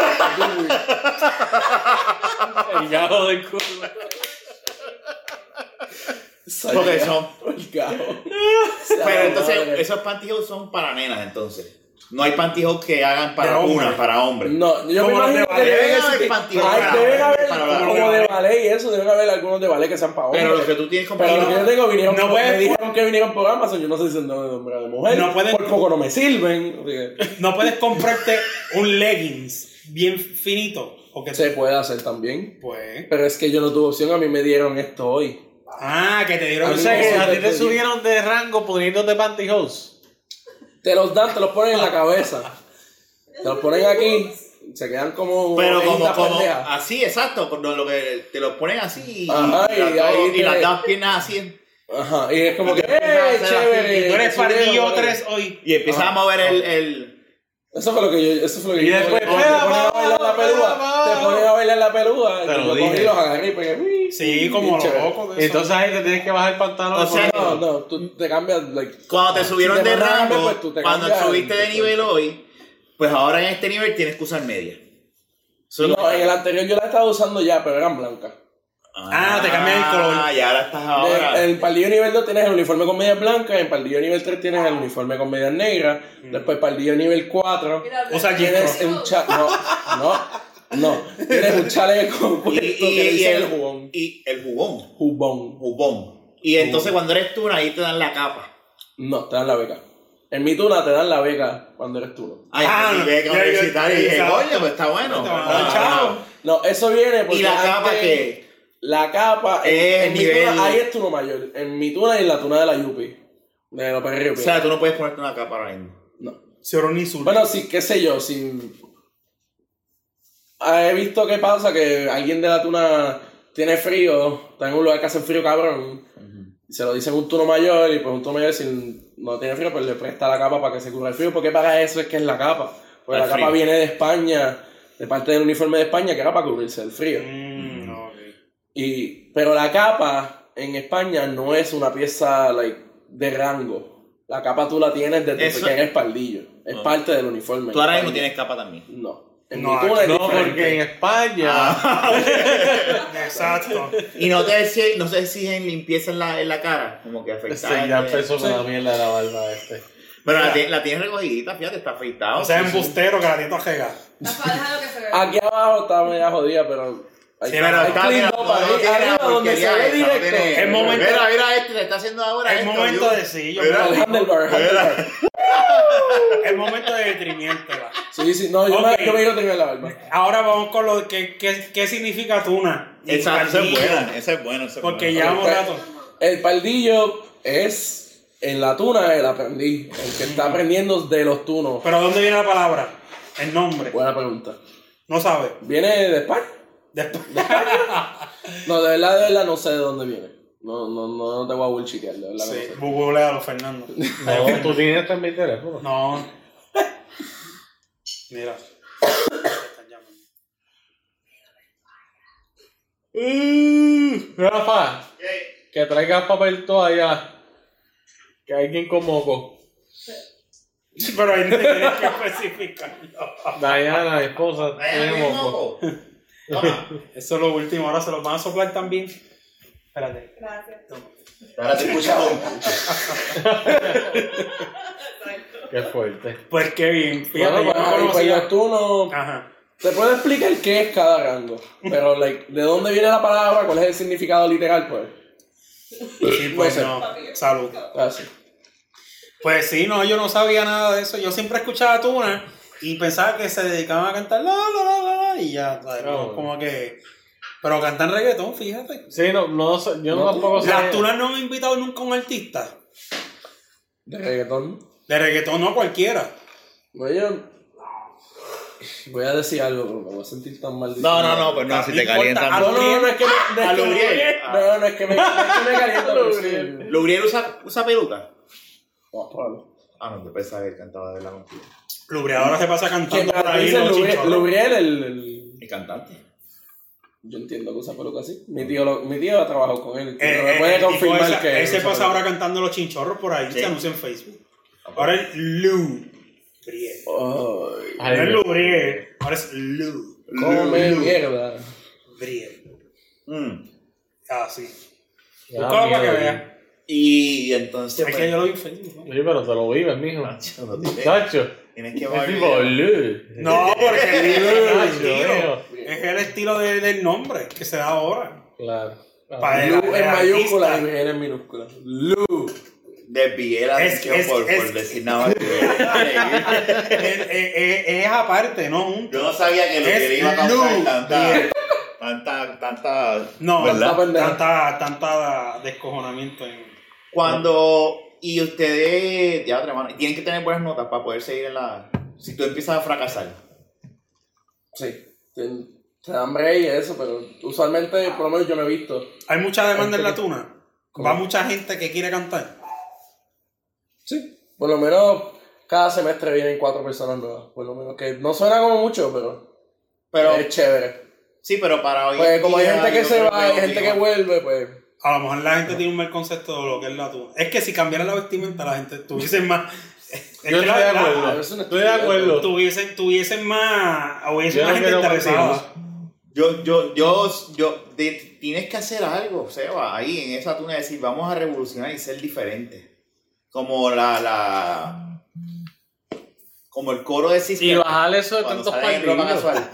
El gajo del culo. Porque son... El gajo. Pero entonces, Madre. esos pantyhose son para nenas, entonces. No hay pantyhose que hagan para De hombre. una, para hombres. No, yo me Como los imagino de que ballet, deben deben haber existir. pantyhose Deben haber para como ballet. de ballet y eso, deben haber algunos de ballet que sean para hombres. Pero lo que tú tienes Pero lo que yo comprado... tengo vinieron No puedes- me dijeron que vinieron por Amazon, yo no sé si son de hombre o de mujer. No pueden- Por poco no me sirven. Así que No puedes comprarte un leggings bien finito. Porque se puede hacer también. Pues. Pero es que yo no tuve opción, a mí me dieron esto hoy. Que te dieron A O mí sea que a ti te Sí. subieron de rango poniéndote pantyhose. Te los dan, te los ponen en la cabeza. Te los ponen aquí, se quedan como Pero como orejitas pendejas. así, exacto, cuando lo que te lo ponen así y, Ajá, y ahí y las te- dos piernas así Ajá, y es como que, Empiezas a hacer chévere. Tú eres te subieron, pardillo vale. 3 hoy. y empiezas a mover el Eso fue lo que yo Y hice, después, te ponen a bailar la pelúa, te ponen a bailar la pelúa, Te y lo yo dije. cogí los agarré y pegué, uy, Sí, como bien chévere. loco. de eso. Entonces ahí te tienes que bajar el pantalón. O sea, No, tú te cambias, like, cuando te subieron si te de mandan a rango, cambiar, pues tú te cuando cambias, subiste de pues, nivel hoy, pues ahora en este nivel tienes que usar media. Eso es lo No, que- en el anterior yo la estaba usando ya, pero eran blancas. te cambian el color. Y ahora estás ahora. En el pardillo nivel 2 tienes el uniforme con medias blancas, en el pardillo nivel 3 tienes el uniforme con medias negras, después pardillo nivel 4 O sea, tienes un no, tienes un chaleco compuesto que le dice el jubón. Y el jubón. Jubón. Y entonces cuando eres tú, ahí te dan la capa. No, te dan la beca. En mi tuna te dan la beca cuando eres tú. Ay, Ah, y beca ya, universitaria y dije, exacto. coño, pues está bueno. Te van a dar chavo. No, eso viene porque ¿Y la capa antes- qué? La capa Es en mi nivel- tuna, ahí es tuno mayor. En mi tuna y en la tuna de la Yupi. De los perrillos. O sea, tú no puedes ponerte una capa ahora mismo. no. Cero ni sur. Bueno, sí, qué sé yo, si... He visto que pasa que alguien de la tuna tiene frío, está en un lugar que hace frío cabrón, y se lo dicen un tuno mayor, y pues un tuno mayor si no tiene frío, pues le presta la capa para que se cubra el frío, porque para eso es que es la capa. Porque El la capa frío. viene de España, de parte del uniforme de España, que era para cubrirse el frío. Ok. Pero la capa en España no es una pieza, like, de rango. La capa tú la tienes desde Eso- que eres pardillo. Es parte del uniforme. Tú ahora mismo Pardillo. tienes capa también. No. En No, mi tuna es No, diferente. porque en España. Exacto. Y no se exigen limpieza en la cara, como que afectada. Ya empezó con la mierda de la barba este. Pero la tienes recogidita, fíjate, está afeitado. O sea, Sí, sí. embustero que la tiene toda jega. Rafa, déjalo que se vea. Aquí abajo está media jodida, pero... Sí, Pero Hay está, clean mira, up no ahí, tiene arriba la donde se porquería ve esa, no directo. tiene- El momento- Mira, este le está haciendo ahora El esto, momento yo- de sí, yo Mira. me lo digo. Handlebar. El momento de detrimento. ¿va? Sí, sí, no, yo, Ok. yo me digo tener la barba. Ahora vamos con lo que qué significa tuna. Y Esa es pardillo. buena, esa es buena. Porque llevamos rato. El pardillo es, en la tuna, el aprendiz. El que está aprendiendo de los tunos. Pero ¿dónde viene la palabra? El nombre. Buena pregunta. No sabe. ¿Viene de España? Después. No, de verdad no sé de dónde viene. No te voy a bullshitear, de verdad. Sí, No sé. googlealo, Fernando. No, tú tienes también teléfono. No. Mira. Están llamando. Rafa, que traigas papel toalla. Que hay quien con moco. Sí, pero ahí no tienes que especificarlo. Diana, mi esposa, tiene moco. Toma. Eso es lo último. Ahora se los van a soplar también. Espérate. Gracias. Ahora te escuchas Qué fuerte. Pues qué bien. Fíjate, Bueno, yo no pues conocía. los tunos... Ajá. Te puedo explicar qué es cada rango. Pero, like, ¿de dónde viene la palabra? ¿Cuál es el significado literal? Pues, Sí, pues sé. no. Salud. así. Pues sí, no, yo no sabía nada de eso. Yo siempre escuchaba tuna y pensaba que se dedicaban a cantar y ya, ¿sabes? No. Como que... Pero cantan reggaetón, fíjate. Sí, no sé, yo No, tampoco sé. Las tunas no han invitado nunca a un artista. De reggaetón. De reggaetón no cualquiera. Oye, voy a decir algo, pero me voy a sentir tan mal. No, pues no, si te importa, calientan. a No, es que me... A Lubriel. No, es que me caliento. pero sí. ¿Lubriel usa peluca? No, probable. Ah, no, yo pensaba que él cantaba de la mentira. Lubriadora se pasa ¿Quién cantando por ahí dice los Lubriel? chinchorros. Lubriel, el... El cantante. Yo entiendo que usa peluca así. Mi tío ha trabajado con él. Me El puede tipo confirmar ese- que... Él se usa pasa peluca. ahora cantando los chinchorros por ahí, Sí. se anuncia en Facebook. Ahora es Lubriel. Ay, Ay, No es Dios. Lubriel, ahora es Lubriel. come mierda. Ah, sí. Ya, Búscalo para que mierda. veas. Y entonces. Es que yo lo vi en Facebook. ¿no? Oye, pero te lo vives, mijo. No tienes- Chacho. Tienes que Es ver. tipo, Lu. No, porque es el Chacho, estilo. mijo. Es el estilo del nombre que se da ahora. Claro. Para el- Lu el en mayúscula y artista. Virgen en minúscula. Lu. Desvié la Es- atención es- por es- decir nada más. Es aparte, no junto. Yo no sabía que lo Es que le iba a causar Lubriel. tanta. No, ¿Verdad? tanta descojonamiento en... Cuando. Y ustedes. Ya, otra mano. Tienen que tener buenas notas para poder seguir en la. Si tú empiezas a fracasar. Sí. Te dan break y eso, pero usualmente, por lo menos yo lo he visto. Hay mucha demanda en la Gente tuna. ¿Cómo? Va mucha gente que quiere cantar. Sí. Por lo menos cada semestre vienen 4 personas nuevas. Por lo menos que no suena como mucho, pero es chévere. Sí, pero para hoy. Pues en como hay día, gente que yo se creo va y hay gente que obligado. vuelve, pues... A lo mejor la gente tiene un mal concepto de lo que es la tuna. Es que si cambiara la vestimenta, la gente tuviese más... Es Yo que estoy de Ah, acuerdo. es una Estoy de acuerdo. tuviesen más... Hubiese Yo más no gente quiero interesada. Tienes que hacer algo, Seba, ahí en esa tuna, decir, vamos a revolucionar y ser diferentes. Como como el coro de Sister. Y bajar eso de cuando tantos salen en ropa partidos. casual.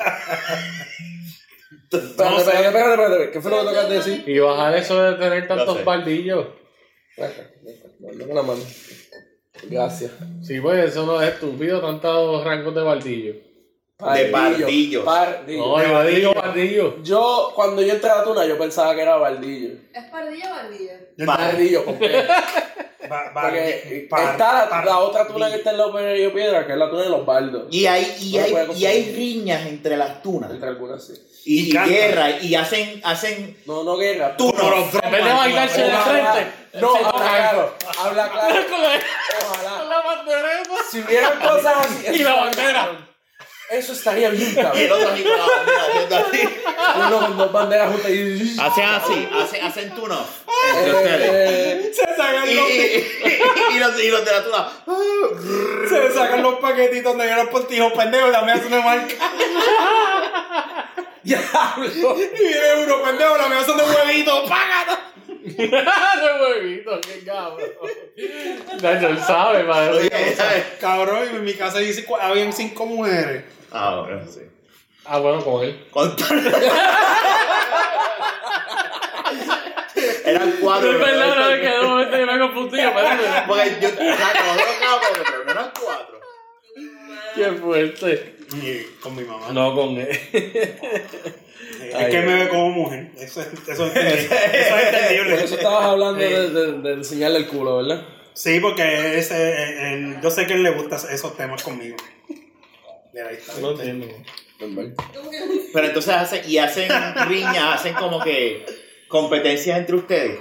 Espérate. ¿Qué fue lo que tocas de decir? Y bajar eso de tener Lo sé. tantos baldillos. Dame la mano. Gracias. Sí, pues eso no es estúpido, tantos rangos de baldillos. Pardillos. Pardillo. No, yo digo baldillos. Yo, cuando yo entré a la tuna, yo pensaba que era bardillo. ¿Es pardilla o bardilla? Pardillo, completo. Porque está la otra tuna que está en la Operario Piedra, que es la tuna de los baldos. Y hay No se puede y hay riñas entre las tunas. Entre algunas, sí. Y cantan. guerra. Y hacen No guerra. tunos. En vez de bailarse de frente. No, se habla tocan. claro. Habla claro. Ojalá. La bandereta. Si hubieran cosas así. Y la bandera. Eso estaría bien, Y el cabrón. otro aquí con la bandera haciendo así. Uno con 2 banderas juntas y... Hacen así, hacen tunos. Entre ustedes. Se sacan Y los de la tuna. se sacan los paquetitos de los portijos, pendejo, la mía hace una marca. ¡Diablo! Y viene uno, pendejo, la mía son de huevitos, págalo. De huevito, qué cabrón. Nacho, él sabe, madre. Oye, ¿sabes? Cabrón, en mi casa dice habían 5 mujeres. Ah, bueno, sí. Ah, bueno, con él. Eran 4. Es verdad, no, es que de momento yo me confundí. Porque yo, todos los cabros, pero no eran 4. Qué fuerte. Y con mi mamá. No, con él. Es que me ve como mujer. Eso es entendible. Por eso estabas hablando de enseñarle el culo, ¿verdad? Sí, porque yo sé que a él le gustan esos temas conmigo. Mira, ahí está. No entiendo. Pero entonces hacen riñas, hacen como que competencias entre ustedes.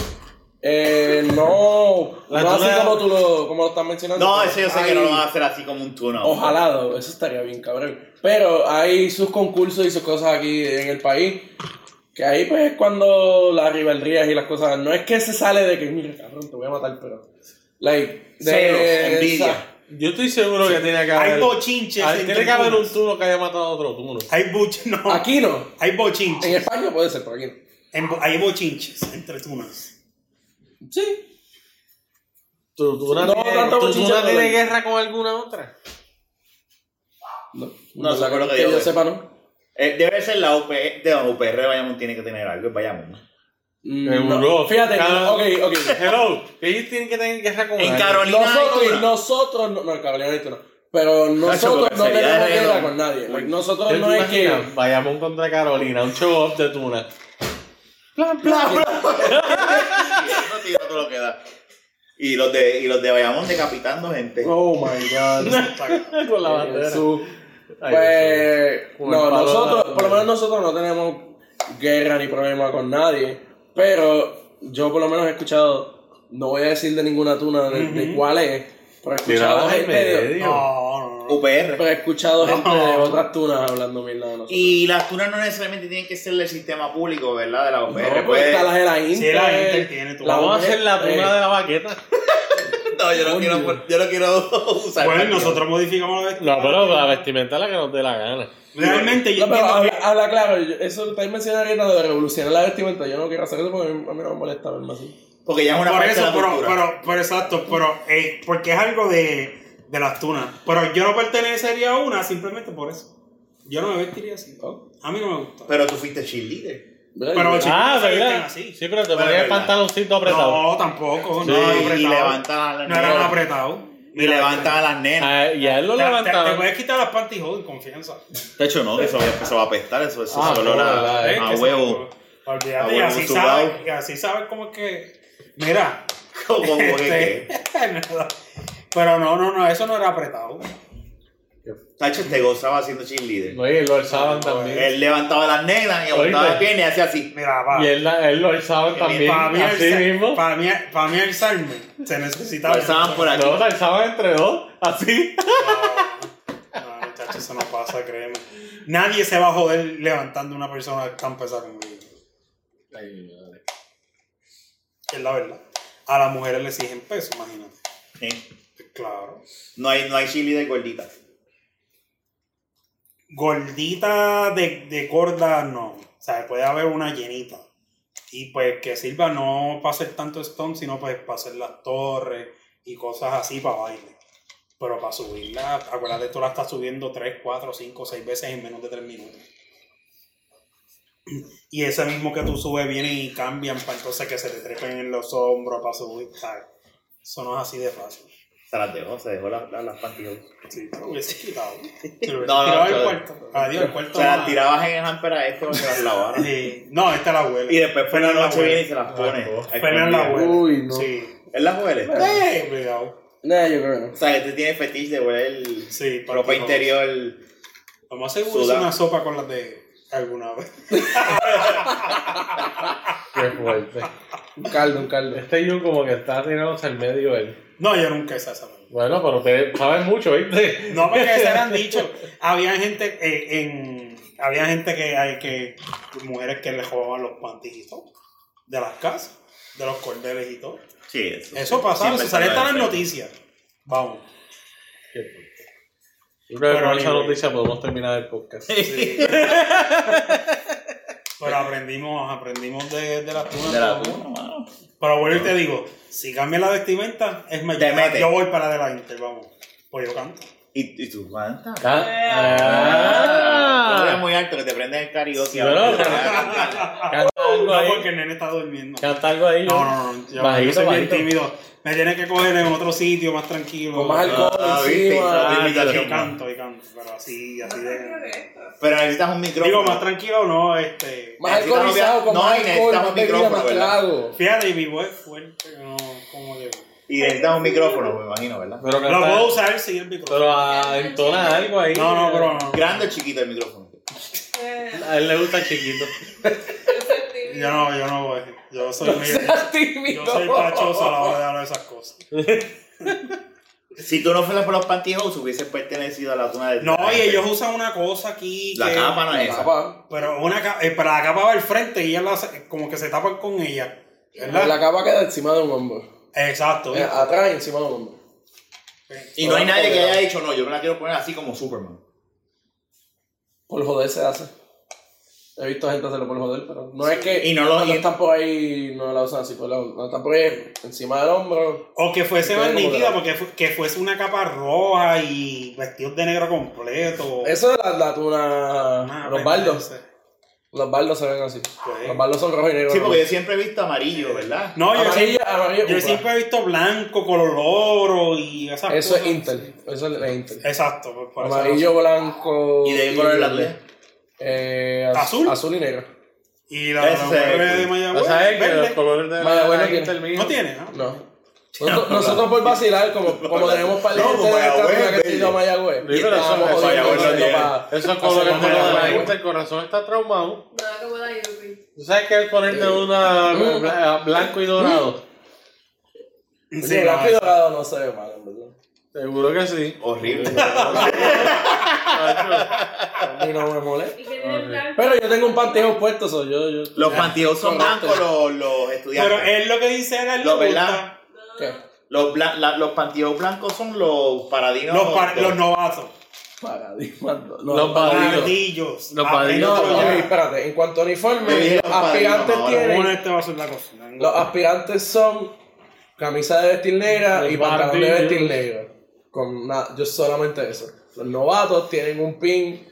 No La así tuna- como lo estás mencionando. No, pero eso yo sé que hay- no lo van a hacer así como un tune-up. Ojalá, eso estaría bien, cabrón. Pero hay sus concursos y sus cosas aquí en el país. Que ahí pues es cuando las rivalrías y las cosas. No es que se sale de que, mira, cabrón, te voy a matar, pero. Like, Celos, envidia. Yo estoy seguro que tiene que haber. Hay bochinches. Tiene entre que haber un tunas. tuno que haya matado a otro tuno. Hay no. Aquí no. Hay En bochinches. España puede ser, pero aquí no. Hay bochinches entre tunas. Sí. ¿Tu tuna No, tiene, tanto tu bochinche, tuna no, tiene no. guerra con alguna otra? No, eso fue lo que que digo. yo sepa, ¿no? Debe ser la UPR de Bayamón, tiene que tener algo, es Bayamón. Seguro. Fíjate, Cada- ok. Hello, que ellos tienen que tener guerra con En alguien. Carolina hay una. Nosotros, no, en Carolina no, pero nosotros porque no sería tenemos de guerra reloj. con nadie. Like, ¿Te nosotros no es que. imaginas? Bayamón contra Carolina, un show up de tuna. No tiro todo lo que da. Y los de Bayamón decapitando gente. Oh my god. Con la bandera. Jesús. Ay, Pues, Con no, el palo nosotros, de- por lo menos nosotros no tenemos guerra ni problema con nadie, pero yo por lo menos he escuchado, no voy a decir de ninguna tuna de cuál es, pero he escuchado Tiradas en gente de, medio. No. UPR. pero he escuchado gente de otras tunas hablando mierda de nosotros. Y las tunas no necesariamente tienen que ser del sistema público, ¿verdad? De la UPR. No, pues Puede- está la de la Inter. Sí, la Inter tiene tu- Vamos a UPR, hacer la tuna de la baqueta. No, yo no quiero usar. Bueno, nosotros modificamos la vestimenta. No, pero la vestimenta es la que nos dé la gana. Realmente yo No, pero entiendo que... habla claro, eso que estáis mencionando ahorita de revolucionar la vestimenta, yo no quiero hacer eso porque a mí no me molesta verme así. Porque ya es una Por parte eso, de la cultura. pero exacto, pero porque es algo de las tunas. Pero yo no pertenecería a una simplemente por eso. Yo no me vestiría así. A mí no me gusta. Pero tú fuiste cheerleader. Pero Yo- chicos, Ah, no se visten ¿verdad? así. Sí, pero te Bueno, ponías el verdad. pantaloncito apretado. No, tampoco. Sí. No, Y apretado. levantan a las No eran nenas. apretados. Y levantan a las nenas. Ah, y a él lo Te levantaban. puedes quitar las pantyhose en confianza. De hecho, no, eso va a apestar. Eso Ah, solo no, la. verdad, ¿Eh? A Que se- huevo. Olvídate, A y huevo así sudado. sabes, y así sabes como que... Mira. Como que. Nada. Pero no, eso no era apretado. Tacho, te gozaba haciendo cheerleader. No, y él lo alzaban también. Él levantaba a las nenas y aguantaba Oíste. el pie y hacía así. Mira, va. Y él lo alzaban también. Para mí, Así mismo. para mí alzarme se necesitaba. Lo alzaban por aquí. No, lo alzaban entre dos. Así. No, muchachos, eso no pasa, créeme. Nadie se va a joder levantando una persona tan pesada como yo. Ay, mi madre. Es la verdad. A las mujeres le exigen peso, imagínate. Sí. Claro. No hay cheerleader gordita. Gordita de gorda, no. O sea, puede haber una llenita. Y pues que sirva no para hacer tanto stone, sino pues para hacer las torres y cosas así para baile. Pero para subirla, acuérdate, tú la estás subiendo 3, 4, 5, 6 veces en menos de 3 minutos. Y ese mismo que tú subes vienen y cambian para entonces que se te trepen en los hombros para subir. ¿Sabes? Eso no es así de fácil. Se dejó las pantillas. Sí, te lo hubiese quitado. Te lo hubiese No, tirado no, al cuarto. Adiós, el cuarto. Se las no. tirabas en el hamper a este para que las lavara. Sí. No, esta la huele. Y después por la noche viene y se las Ah, pone. no. Fernan la huele. Uy, no. Sí. ¿Él las huele? Cuidado. Nah, yo creo que no. O sea, este tiene fetiche de huele Sí, ropa porque no. interior. Lo más seguro es Sudado. una sopa con las de alguna vez. Qué fuerte. Un caldo. Este Jun como que está tirándose al medio él. No, yo nunca hice esa. Bueno, pero ustedes saben mucho, ¿viste? No, porque se han dicho. Había gente que mujeres que le robaban los pantijitos de las casas. de los cordeles y todo. Sí, Eso pasa, siempre eso sale está hasta en las de noticias. Vamos. Yo creo que Pero con esa anyway. noticia podemos terminar el podcast. Pero aprendimos de las tunas. De la tuna, mano. Pero bueno, y te digo, si cambias la vestimenta, es mejor. Te mete. Yo voy para adelante, vamos. Pues yo canto. ¿Y tú cantas? Ah. No es muy alto, que te prenden el karaoke. Sí, pero- ahora. Canta algo No, ahí. porque el nene está durmiendo. Canta algo ahí. No. Yo Bajito, soy bien bajito. tímido. Me tienes que coger en otro sitio más tranquilo. Con más alcohol ¿viste? encima. Y Imitación. canto, pero así de... Pero necesitas un micrófono. Digo, más tranquilo, no, Más Necesitamos alcoholizado, con no, más y alcohol, necesitamos más bebida, micrófono, más ¿verdad? trago. Fíjate, mi voz es fuerte, no, como que... Y necesitas un micrófono, me imagino, ¿verdad? Pero Lo puedo canta. usar, sí, el micrófono. Pero entona algo ahí. No, pero no. Grande o chiquito el micrófono. A él le gusta chiquito. Yo no voy. Yo soy Seas tímido. yo soy pachoso a la hora de hablar de esas cosas. Si tú no fueras por los pantyhose, hubieses pertenecido a la tuna del... No, y ellos usan una cosa aquí La que... capa no es esa. Capa. Pero pero la capa va al frente y ellas como que se tapan con ella. ¿Verdad? La capa queda encima de un hombro. Exacto. Atrás y encima de un hombro. Y no hay nadie que haya dicho, no, yo me la quiero poner así como Superman. Por joder se hace. He visto gente hacerlo por joder, pero no es que Y no lo- cuando están por ahí no la usan así por lado. Cuando están por ahí encima del hombro. O que fuese Que más quede como nítida, de- porque que fuese una capa roja y vestidos de negro completo. Eso es la tuna. Una Los baldos. pendeja. Los baldos se ven así. Pues. Los baldos son rojos y negros. Sí, porque yo siempre he visto amarillo, ¿verdad? No, Amarillo, amarillo. yo uva. siempre he visto blanco, color oro y esas Eso cosas. es Intel. Eso es Intel. Exacto. Pues por eso Amarillo, blanco. ¿Y de qué color es la tuya? ¿Azul? Azul y negro. Y la Ese mujer de es Mayagüez, ¿Sabes que los verde. colores de Mayagüez no la tiene. del mío? No tiene, ¿no? No. Nosotros por vacilar, como tenemos para No, gente de Mayagüez, esta tuna que verde. se llama Mayagüez. Sí, pero estábamos eso- jodiendo Mayagüez no haciendo tiene. pa- Esos colores haciendo de la Mayagüez. gente, el corazón está traumado. Nada como la Yupi. ¿Tú sabes que es ponerte una blanco y dorado? Sí, Sí, blanco y dorado no se ve mal, en verdad. Seguro que sí. Horrible. A mí no me molesta. Y que tiene blanco. Pero yo tengo un panteón puesto, soy yo. Los pantyhose son Correcto. blancos los estudiantes. Pero él lo que dice era el Lo verdad. ¿Qué? Los pantyhose blancos son los paradinos. los novatos. Paradigma. No, Los padrinos. Pardillos. Los padrinos. No, Aprende oye, todo. espérate. En cuanto a Te uniforme, dije los los padrinos aspirantes ahora. ¿Cómo tienen. este va a ser la cosa? Los aspirantes son camisa de vestir negra Los y pantalón de barbillos. vestir negro. Con yo solamente eso. Los novatos tienen un pin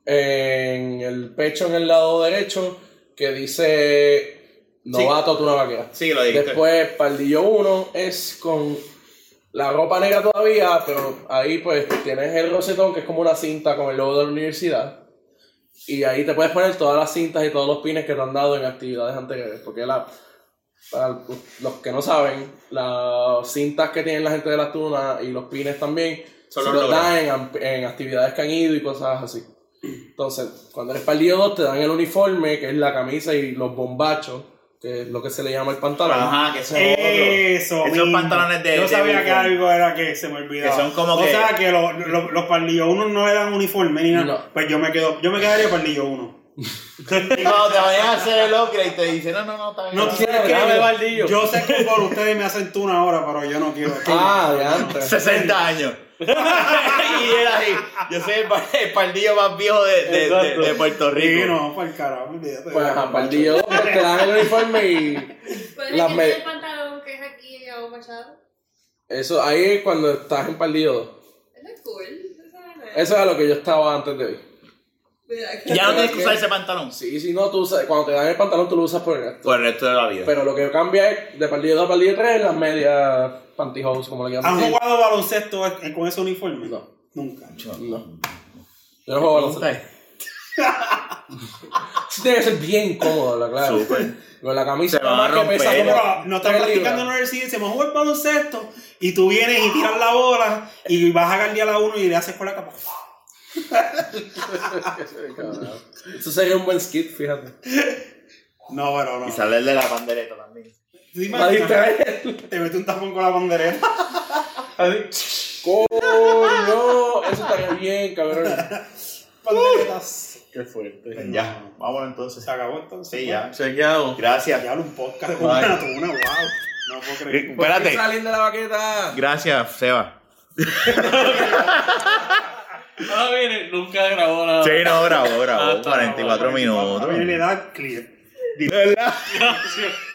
en el pecho en el lado derecho que dice novato tú una vaquera. Sí, lo dijiste. Después Pardillo 1 es con la ropa negra todavía, pero ahí pues tienes el rosetón que es como una cinta con el logo de la universidad. Y ahí te puedes poner todas las cintas y todos los pines que te han dado en actividades anteriores. Porque para los que no saben, las cintas que tienen la gente de las tunas y los pines también Son se los los logros. dan en actividades que han ido y cosas así. Entonces, cuando eres Pardillo 2 te dan el uniforme, que es la camisa y los bombachos, que es lo que se le llama el pantalón. Ajá, que son Eso Esos mismo. pantalones de- Yo de sabía que uniforme. algo era que se me olvidaba. Que son como o que- sea que los pardillos 1 no le dan uniforme ni nada. No. Pues yo me quedaría pardillo 1. Y cuando te vayan a hacer el upgrade te dicen, no, está bien. No, tú sabes que Déjame, Pardillo. yo sé que por ustedes me hacen tuna ahora, pero yo no quiero. De antes. 60 años. Y era así. Yo soy el pardillo más viejo de Puerto Rico. Sí, no, para el carajo, olvídate. Pues a Pardillo 2 pues, te dan el uniforme y ¿Puede las que me- tiene el pantalón que es aquí a machado? eso ahí es cuando estás en Pardillo 2. Eso es cool. Eso es a lo que yo estaba antes de hoy. Mira, Ya no tienes que usar ese pantalón. Sí, si no, cuando te dan el pantalón tú lo usas por el resto. Por el resto de la vida. Pero lo que cambia es de Pardillo 2 a Pardillo 3 las medias pantyhose, como le llaman. ¿Han jugado baloncesto con ese uniforme? No. Nunca. No. Yo no juego baloncesto. Sí tiene que ser bien cómodo, la claro. Súper. Con la camisa Se van a más que romper. pesa Pero como no estás 3 practicando en libras. la universidad, se me juega el baloncesto y tú vienes y tiras la bola y vas a guardiar a uno y le haces con la capa. Eso sería un buen skit, fíjate. No, pero no. Y sale el de la pandereta también. ¿Te Para imaginas? distraer. Te mete un tapón con la bandereta. ¡Coño! Eso estaría bien, cabrón. Panderetas. Qué fuerte. Pues ya, vámonos entonces. Se acabó entonces. Sí, ya. Chequeado. Gracias. Ya un podcast con una tuna, wow. No puedo creer. Espérate. Salir de la baqueta. Gracias, Seba. Ah, mire, nunca grabó nada. Sí, no, grabó. Ah, 44 minutos. A mí le da clear. ¿De verdad? Gracias.